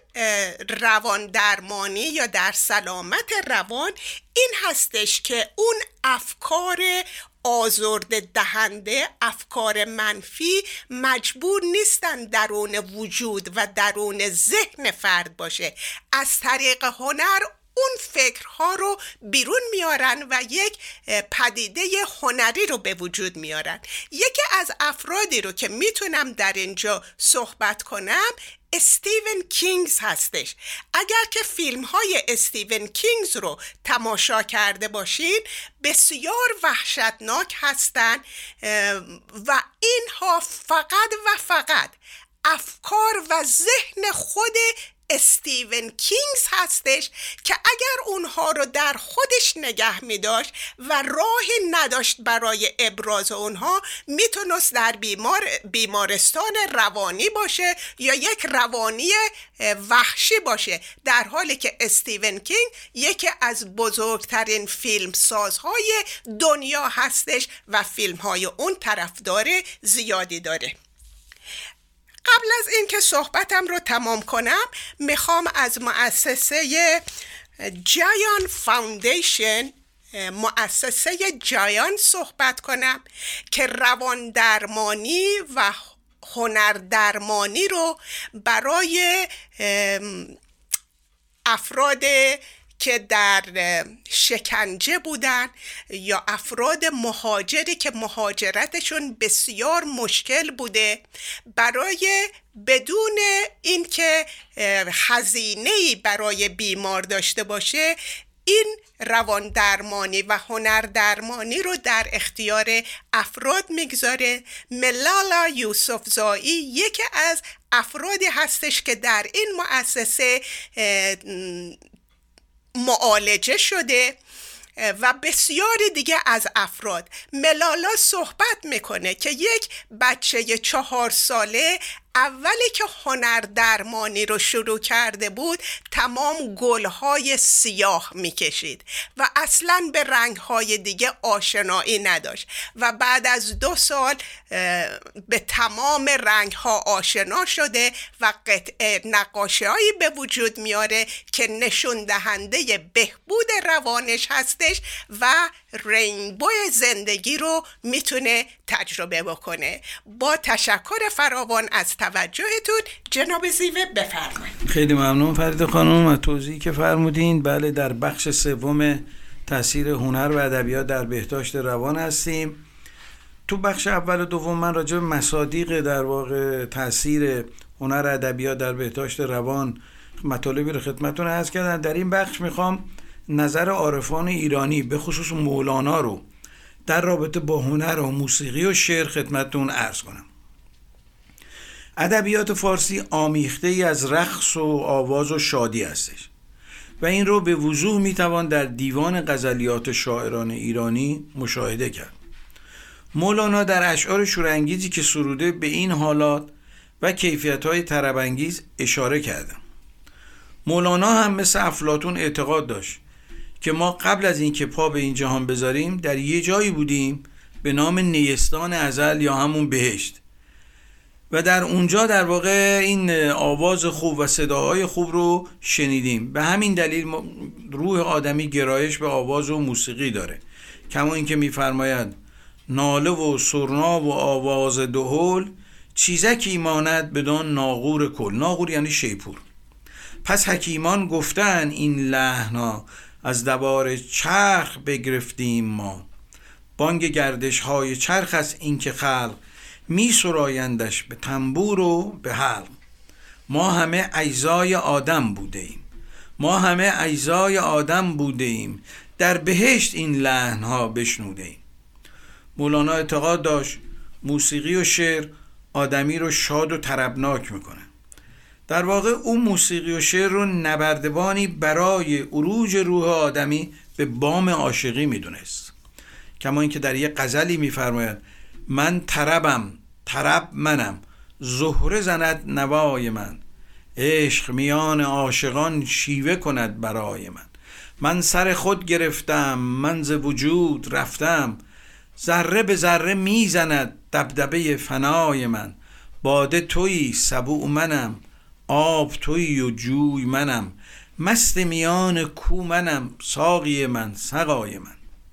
D: رواندرمانی یا در سلامت روان این هستش که اون افکار آزرده دهنده، افکار منفی مجبور نیستن درون وجود و درون ذهن فرد باشه. از طریق هنر اون فکرها رو بیرون میارن و یک پدیده هنری رو به وجود میارن. یکی از افرادی رو که میتونم در اینجا صحبت کنم استیون کینگز هستش. اگر که فیلم های استیون کینگز رو تماشا کرده باشین بسیار وحشتناک هستن و اینها فقط و فقط افکار و ذهن خود استیون کینگز هستش که اگر اونها رو در خودش نگه می داشت و راهی نداشت برای ابراز اونها میتونست در بیمارستان روانی باشه یا یک روانی وحشی باشه، در حالی که استیون کینگ یکی از بزرگترین فیلم سازهای دنیا هستش و فیلم های اون طرفدار زیادی داره. قبل از اینکه صحبتم رو تمام کنم میخوام از مؤسسه جایان فاوندیشن، مؤسسه جایان صحبت کنم که رواندرمانی و هنردرمانی رو برای افراد که در شکنجه بودن یا افراد مهاجری که مهاجرتشون بسیار مشکل بوده، برای بدون اینکه هزینه‌ای برای بیمار داشته باشه این رواندرمانی و هنردرمانی رو در اختیار افراد میگذاره. ملالا یوسفزایی یکی از افرادی هستش که در این مؤسسه معالجه شده و بسیاری دیگه از افراد. ملالا صحبت میکنه که یک بچه 4 ساله اولی که هنردرمانی رو شروع کرده بود تمام گلهای سیاه میکشید و اصلاً به رنگهای دیگه آشنایی نداشت و بعد از 2 سال به تمام رنگها آشنا شده و قطعه نقاشی‌هایی به وجود میاره که نشون دهنده بهبود روانش هستش و رینبوی زندگی رو میتونه تجربه بکنه. با تشکر فراوان از توجهتون جناب زیوه بفرمایید.
C: خیلی ممنون فرید خانم از توضیحی که فرمودین. بله، در بخش سوم تاثیر هنر و ادبیات در بهداشت روان هستیم. تو بخش اول و دوم من راجع به مصادیق در واقع تاثیر هنر و ادبیات در بهداشت روان مطالبی رو خدمتتون عرض کردم. در این بخش میخوام نظر عارفان ایرانی به خصوص مولانا رو در رابطه با هنر و موسیقی و شعر خدمتتون عرض کنم. ادبیات فارسی آمیخته ای از رقص و آواز و شادی هستش و این رو به وضوح میتوان در دیوان غزلیات شاعران ایرانی مشاهده کرد. مولانا در اشعار شورانگیزی که سروده به این حالات و کیفیت‌های طرب‌انگیز اشاره کرده. مولانا هم مثل افلاطون اعتقاد داشت که ما قبل از اینکه پا به این جهان بذاریم در یه جایی بودیم به نام نیستان ازل یا همون بهشت و در اونجا در واقع این آواز خوب و صداهای خوب رو شنیدیم. به همین دلیل روح آدمی گرایش به آواز و موسیقی داره، کما اینکه میفرماید ناله و سرنا و آواز دهل چیزکی ماند بدان ناقور کل. ناقور یعنی شیپور. پس حکیمان گفتن این لحنا، از دوار چرخ بگرفتیم ما. بانگ گردش های چرخ است این که خلق، می سرایندش به تنبور و به حلق. ما همه اجزای آدم بوده ایم، ما همه اجزای آدم بوده ایم، در بهشت این لحنها بشنوده ایم. مولانا اعتقاد داشت موسیقی و شعر آدمی رو شاد و طربناک میکنه. در واقع اون موسیقی و شعر رو نبردبانی برای عروج روح آدمی به بام عاشقی میدونست. کما اینکه در یک غزلی میفرماید من طربم، طرب منم، زهره زند نوای من. عشق میان عاشقان شیوه کند برای من. من سر خود گرفتم، من ز وجود رفتم. ذره به ذره میزند دبدبه فنای من. باده تویی سبوع منم، آب تویی و جوی منم. مست میان کو منم، ساقی من سقای من.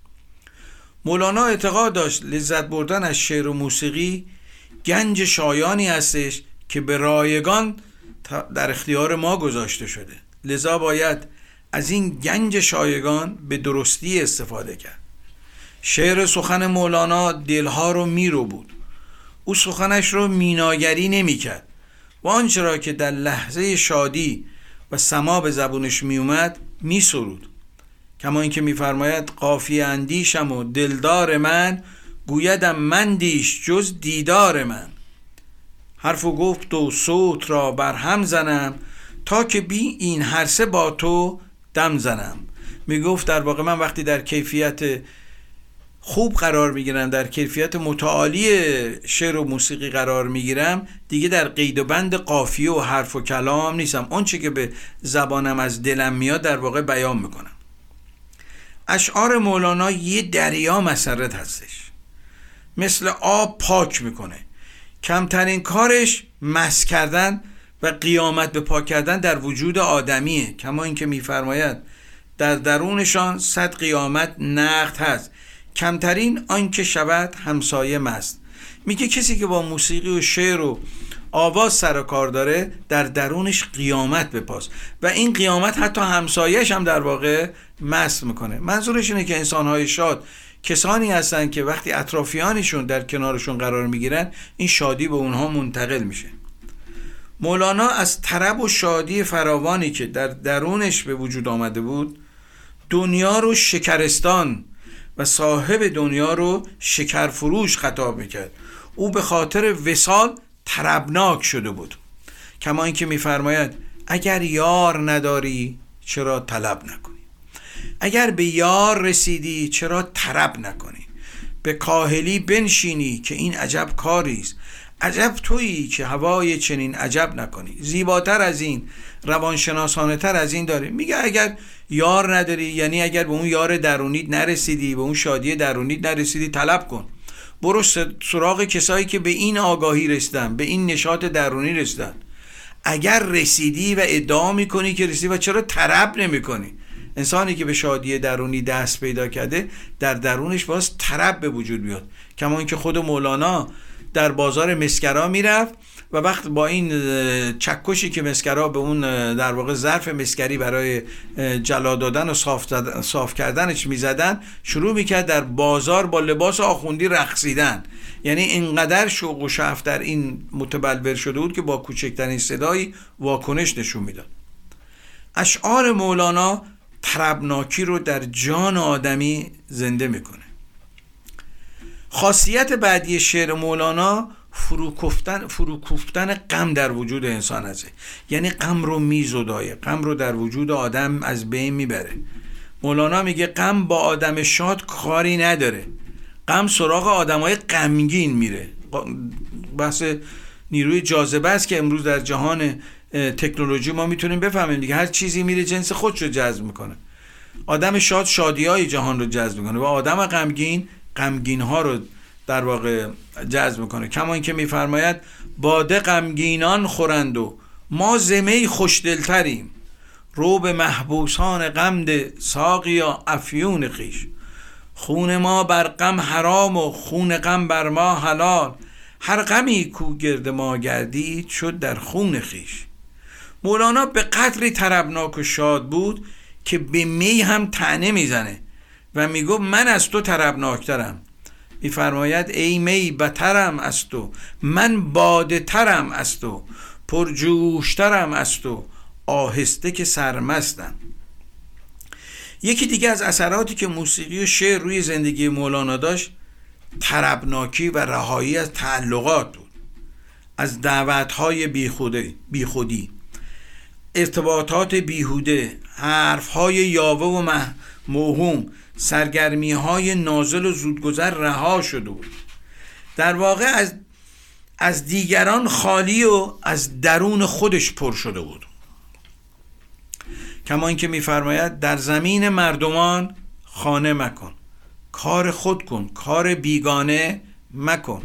C: مولانا اعتقاد داشت لذت بردن از شعر و موسیقی گنج شایانی هستش که به رایگان در اختیار ما گذاشته شده. لذا باید از این گنج شایگان به درستی استفاده کرد. شعر سخن مولانا دلها رو میرو بود. او سخنش رو میناگری نمی کرد و آنچه را که در لحظه شادی و سما به زبونش می اومد می سرود. کما اینکه می فرماید قافیه اندیشم و دلدار من، گویدم مندیش جز دیدار من. حرف و گفت و صوت را بر هم زنم، تا که بی این هر سه با تو دم زنم. می گفت در واقع من وقتی در کیفیت خوب قرار میگیرم، در کیفیت متعالی شعر و موسیقی قرار میگیرم، دیگه در قید و بند قافیه و حرف و کلام نیستم. اون چه که به زبانم از دلم میاد در واقع بیان میکنم. اشعار مولانا یه دریا مسرت هستش، مثل آب پاک میکنه. کمترین کارش مس کردن و قیامت به پاک کردن در وجود آدمیه. کما اینکه میفرماید در درونشان 100 قیامت نقد هست، کمترین آن که شود همسایه مست. میگه کسی که با موسیقی و شعر و آواز سر و کار داره در درونش قیامت بپاس و این قیامت حتی همسایه‌اش هم در واقع مست میکنه. منظورش اینه که انسان‌های شاد کسانی هستن که وقتی اطرافیانشون در کنارشون قرار میگیرن این شادی به اونها منتقل میشه. مولانا از طرب و شادی فراوانی که در درونش به وجود آمده بود دنیا رو شکرستان و صاحب دنیا رو شکر فروش خطاب میکرد. او به خاطر وصال طربناک شده بود. کما اینکه میفرماید اگر یار نداری چرا طلب نکنی، اگر به یار رسیدی چرا طرب نکنی، به کاهلی بنشینی که این عجب کاریست، عجب تویی که هوای چنین عجب نکنی. زیباتر از این، روانشناسانه تر از این داره. میگه اگر یار نداری، یعنی اگر به اون یار درونیت نرسیدی، به اون شادی درونیت نرسیدی، طلب کن. برو سراغ کسایی که به این آگاهی رسیدن، به این نشاط درونی رسیدن. اگر رسیدی و ادعا میکنی که رسیدی و چرا طرب نمیکنی؟ انسانی که به شادی درونی دست پیدا کرده در درونش باز طرب به وجود بیاد. کما اینکه خود مولانا در بازار مسکرا میرفت و وقت با این چکشی که مسکرا به اون در واقع ظرف مسکری برای جلا دادن و صاف کردنش میزدن، شروع میکرد در بازار با لباس آخوندی رقصیدن. یعنی اینقدر شوق و شعف در این متبلور شده بود که با کوچکترین صدایی واکنش نشون میداد. اشعار مولانا طربناکی رو در جان آدمی زنده میکنه. خاصیت بعدی شعر مولانا فروکوفتن غم در وجود انسان هست. یعنی غم رو میزدایه، غم رو در وجود آدم از بین میبره. مولانا میگه غم با آدم شاد کاری نداره، غم سراغ آدمای غمگین میره. بحث نیروی جاذبه است که امروز در جهان تکنولوژی ما میتونیم بفهمیم دیگه. هر چیزی میره جنس خودش رو جذب میکنه. آدم شاد شادیای جهان رو جذب میکنه و آدم غمگین ها رو در واقع جذب میکنه. کما اینکه میفرماید باده غمگینان خورند و ما زمی خوشدلتریم، رو به محبوسان غم ده ساقیا افیون خیش. خون ما بر غم حرام و خون غم بر ما حلال، هر غمی کو گرد ما گردید شد در خون خیش. مولانا به قدری طربناک و شاد بود که به می هم طعنه میزنه و میگو من از تو طربناکترم. میفرماید ای می بترم از تو، من باده ترم از تو، پرجوشترم از تو، آهسته که سرمستم. یکی دیگه از اثراتی که موسیقی و شعر روی زندگی مولانا داشت طربناکی و رهایی از تعلقات بود، از دعوتهای بیخودی، ارتباطات بیهوده، حرفهای یاوه و موهوم، سرگرمیهای نازل و زودگذر رها شده بود. در واقع از دیگران خالی و از درون خودش پر شده بود. کما اینکه می‌فرماید در زمین مردمان خانه مکن، کار خود کن، کار بیگانه مکن.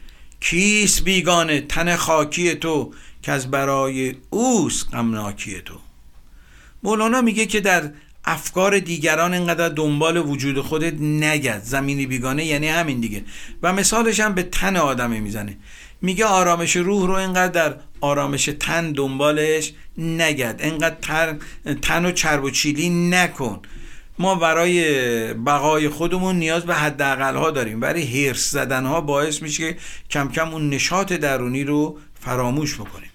C: کیست بیگانه تن خاکی تو، که از برای اوست غمناکی تو. مولانا میگه که در افکار دیگران اینقدر دنبال وجود خودت نگرد. زمینی بیگانه یعنی همین دیگه. و مثالش هم به تن آدمه میزنه، میگه آرامش روح رو اینقدر در آرامش تن دنبالش نگرد، اینقدر تن و چرب و چیلی نکن. ما برای بقای خودمون نیاز به حداقل ها داریم، برای هرس زدن ها باعث میشه که کم کم اون نشاط درونی رو فراموش بکنیم.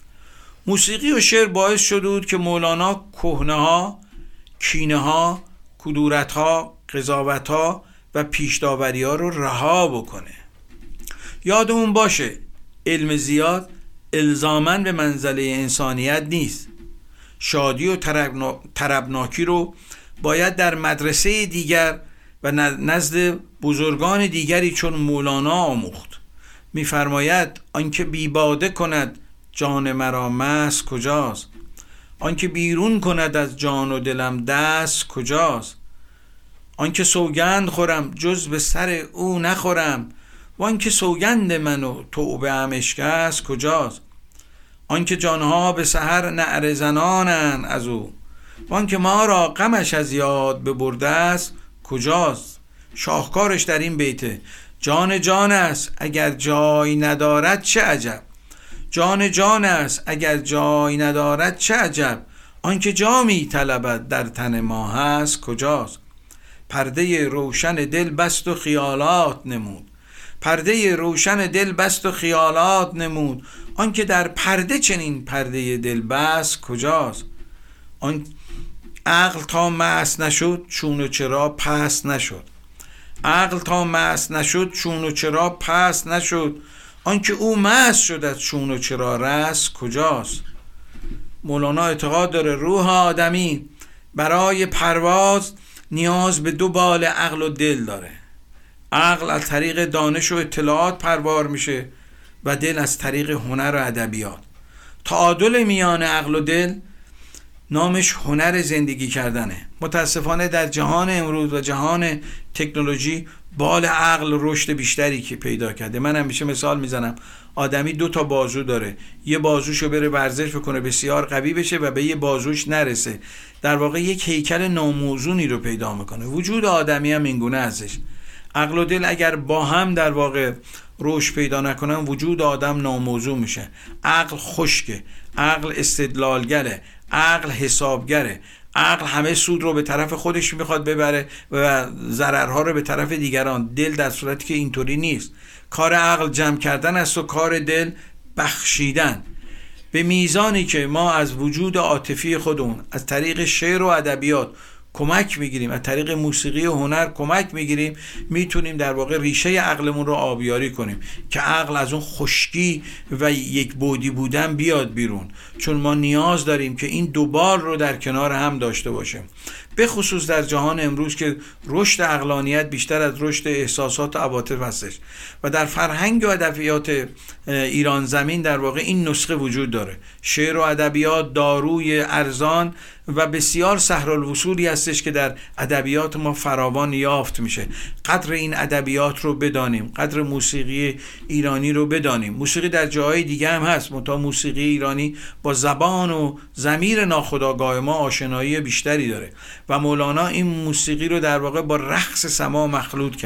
C: موسیقی و شعر باعث شده بود که مولانا کهنه ها، کینه ها، کدورت ها، قضاوت ها و پیشداوری ها رو رها بکنه. یادمون باشه علم زیاد الزاماً به منزله انسانیت نیست. شادی و طربناکی رو باید در مدرسه دیگر و نزد بزرگان دیگری چون مولانا آموخت. می‌فرماید آنکه بیباده کند جان مرا مست کجاست، آنکه بیرون کند از جان و دلم دست کجاست، آنکه سوگند خورم جز به سر او نخورم، و آنکه سوگند منو توبه ام اشکست کجاست، آنکه جانها به سحر نعره زنانند از او، و آنکه ما را غمش از یاد ببرده است کجاست. شاهکارش در این بیته جان جان است اگر جای ندارد چه عجب، جان جان است اگر جای ندارد چه عجب، آنکه جا می طلبد در تن ما هست کجاست. پرده روشن دل بست و خیالات نمود، پرده روشن دل بست و خیالات نمود، آنکه در پرده چنین پرده دل بست کجاست. آن عقل تا مست نشد چون و چرا پست نشد، عقل تا مست نشد چون و چرا پست نشد، آنکه او مست شد چون و چرا رست کجاست. مولانا اعتقاد داره روح آدمی برای پرواز نیاز به دو بال عقل و دل داره. عقل از طریق دانش و اطلاعات پروار میشه و دل از طریق هنر و ادبیات. تعادل میان عقل و دل نامش هنر زندگی کردنه. متاسفانه در جهان امروز و جهان تکنولوژی بال عقل رشد بیشتری که پیدا کرده. من همیشه مثال میزنم آدمی 2 بازو داره، یه بازوشو بره ورزش بکنه بسیار قوی بشه و به یه بازوش نرسه، در واقع یک هیکل ناموزونی رو پیدا میکنه. وجود آدمی هم اینگونه ازش. عقل و دل اگر با هم در واقع رشد پیدا نکنن وجود آدم ناموزون میشه. عقل خشکه، عقل استدلالگره، عقل حسابگره، عقل همه سود رو به طرف خودش میخواد ببره و ضررها رو به طرف دیگران. دل در صورتی که اینطوری نیست. کار عقل جمع کردن است و کار دل بخشیدن. به میزانی که ما از وجود عاطفی خودمون از طریق شعر و ادبیات کمک میگیریم، از طریق موسیقی و هنر کمک میگیریم، میتونیم در واقع ریشه عقلمون رو آبیاری کنیم که عقل از اون خشکی و یک بعدی بودن بیاد بیرون. چون ما نیاز داریم که این 2 بال رو در کنار هم داشته باشیم، به خصوص در جهان امروز که رشد عقلانیت بیشتر از رشد احساسات و عواطف هستش و در فرهنگ و ادبیات ایران زمین در واقع این نسخه وجود داره. شعر و ادبیات داروی ارزان و بسیار سهل‌الوصولی هستش که در ادبیات ما فراوان یافت میشه. قدر این ادبیات رو بدانیم، قدر موسیقی ایرانی رو بدانیم. موسیقی در جاهای دیگه هم هست، منتها موسیقی ایرانی با زبان و ضمیر ناخودآگاه ما آشنایی بیشتری داره و مولانا این موسیقی رو در واقع با رقص سما مخلوط کرد.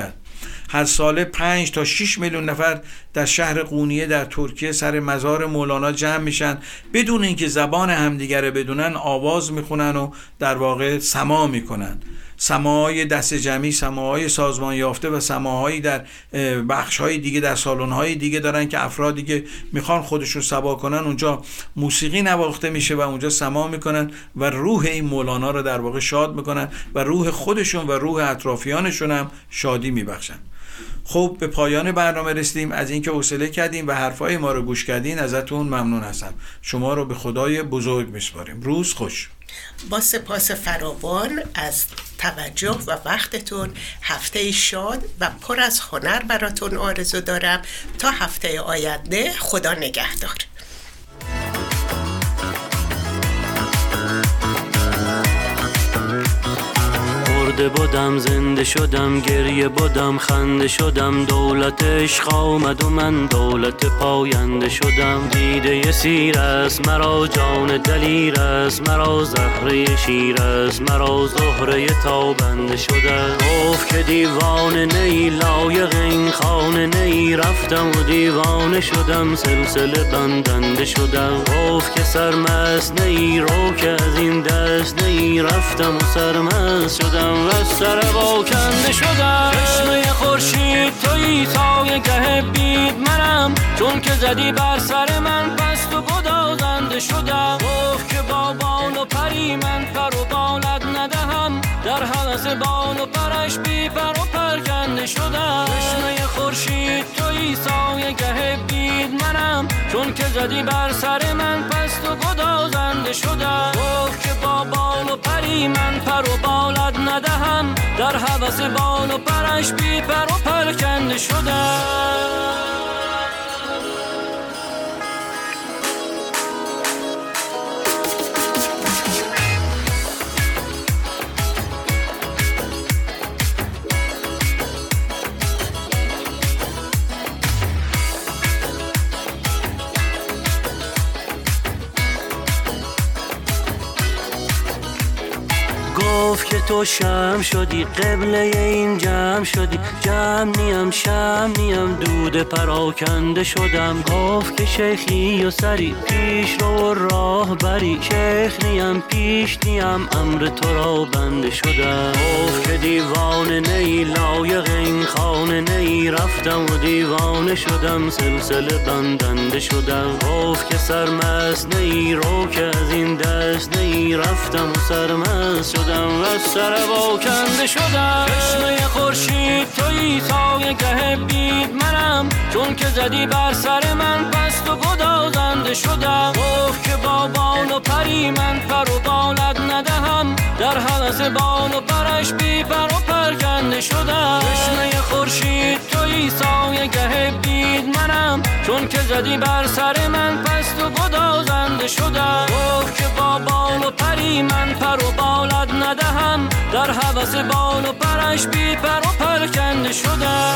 C: هر ساله 5 تا 6 میلیون نفر در شهر قونیه در ترکیه سر مزار مولانا جمع میشن، بدون اینکه زبان همدیگره بدونن آواز میخونن و در واقع سماع میکنن. سماعهای دست جمعی، سماعهای سازمان یافته و سماعهایی در بخش‌های دیگه، در سالن‌های دیگه دارن که افرادی که میخوان خودشون سماع کنن اونجا موسیقی نواخته میشه و اونجا سماع میکنن و روح این مولانا رو در واقع شاد میکنن و روح خودشون و روح اطرافیانشون هم شادی میبخشن. خب به پایان برنامه رسیدیم. از اینکه حوصله کردیم و حرفای ما رو گوش کردین ازتون ممنون هستم. شما رو به خدای بزرگ میسپاریم. روز خوش.
D: با سپاس فراوان از توجه و وقتتون، هفته شاد و پر از هنر براتون آرزو دارم. تا هفته آینده، خدا نگهدار.
F: مرده بودم زنده شدم، گریه بودم خنده شدم، دولت عشق آمد و من دولت پاینده شدم. دیده سیر است مرا، جان دلیر است مرا، زهره شیر است مرا، زهره تابنده شدم. گفت که دیوانه نی، لایق این خانه نی، رفتم و دیوانه شدم، سلسله بندنده شدم. گفت که سرمست نی، رو که از این دست نی، رفتم و سرمست شدم و سر با کنده شدم. چشمه خورشید تویی، سایه گه بید منم، چون که زدی بر سر من پست و گدازنده شدم. گفت که با بال و پری من پر و بالت ندهم، در هوس بال و پرش بی پر و پرکنده شدم. چشمه خورشید تویی، سایه گه بید منم، چون که زدی بر سر من پست و گدازنده شدم. گفت که با بال و پری من پر و بالت ندهم، در هوس بال و پرش بی پر و پرکنده شدم. گفت که تو شم شدی، قبله این جمع شدی، جمع نیم شم نیم، دود پراکنده شدم. گفت که شیخی و سری، پیش رو راه بری، شیخ نیم پیش نیم، امر تو را بنده شدم. گفت که دیوانه نی، لایق این خانه نی، رفتم و دیوانه شدم، سلسله بندنده شدم. گفت که سرمست نی، رو که از این دست نی، رفتم و سرمست شدم و سر با کنده شدم. چشمه خورشید تویی، سایه گه بید منم، چون که زدی بر سر من پست و گدازنده شدم. گفت که با بال و پری من پر و بالت ندهم، در هوس بال و پرش بی پر و پرکنده شدم. چشمه خورشید تویی، سایه گه بید منم، چون که زدی بر سر من پست و گدازنده شدم. گفت که با بال و پری من پر و بالت ندهم، در هوس بال و پرش بی پر و پرکنده شدم.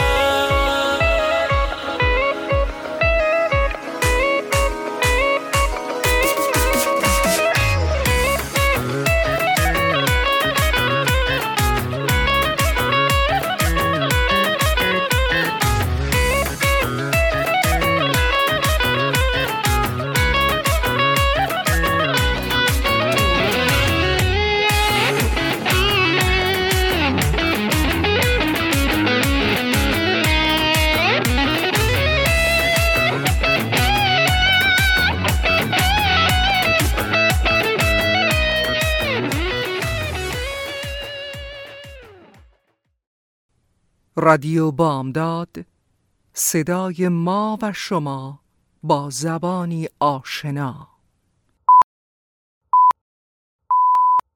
G: رادیو بامداد، صدای ما و شما با زبانی آشنا.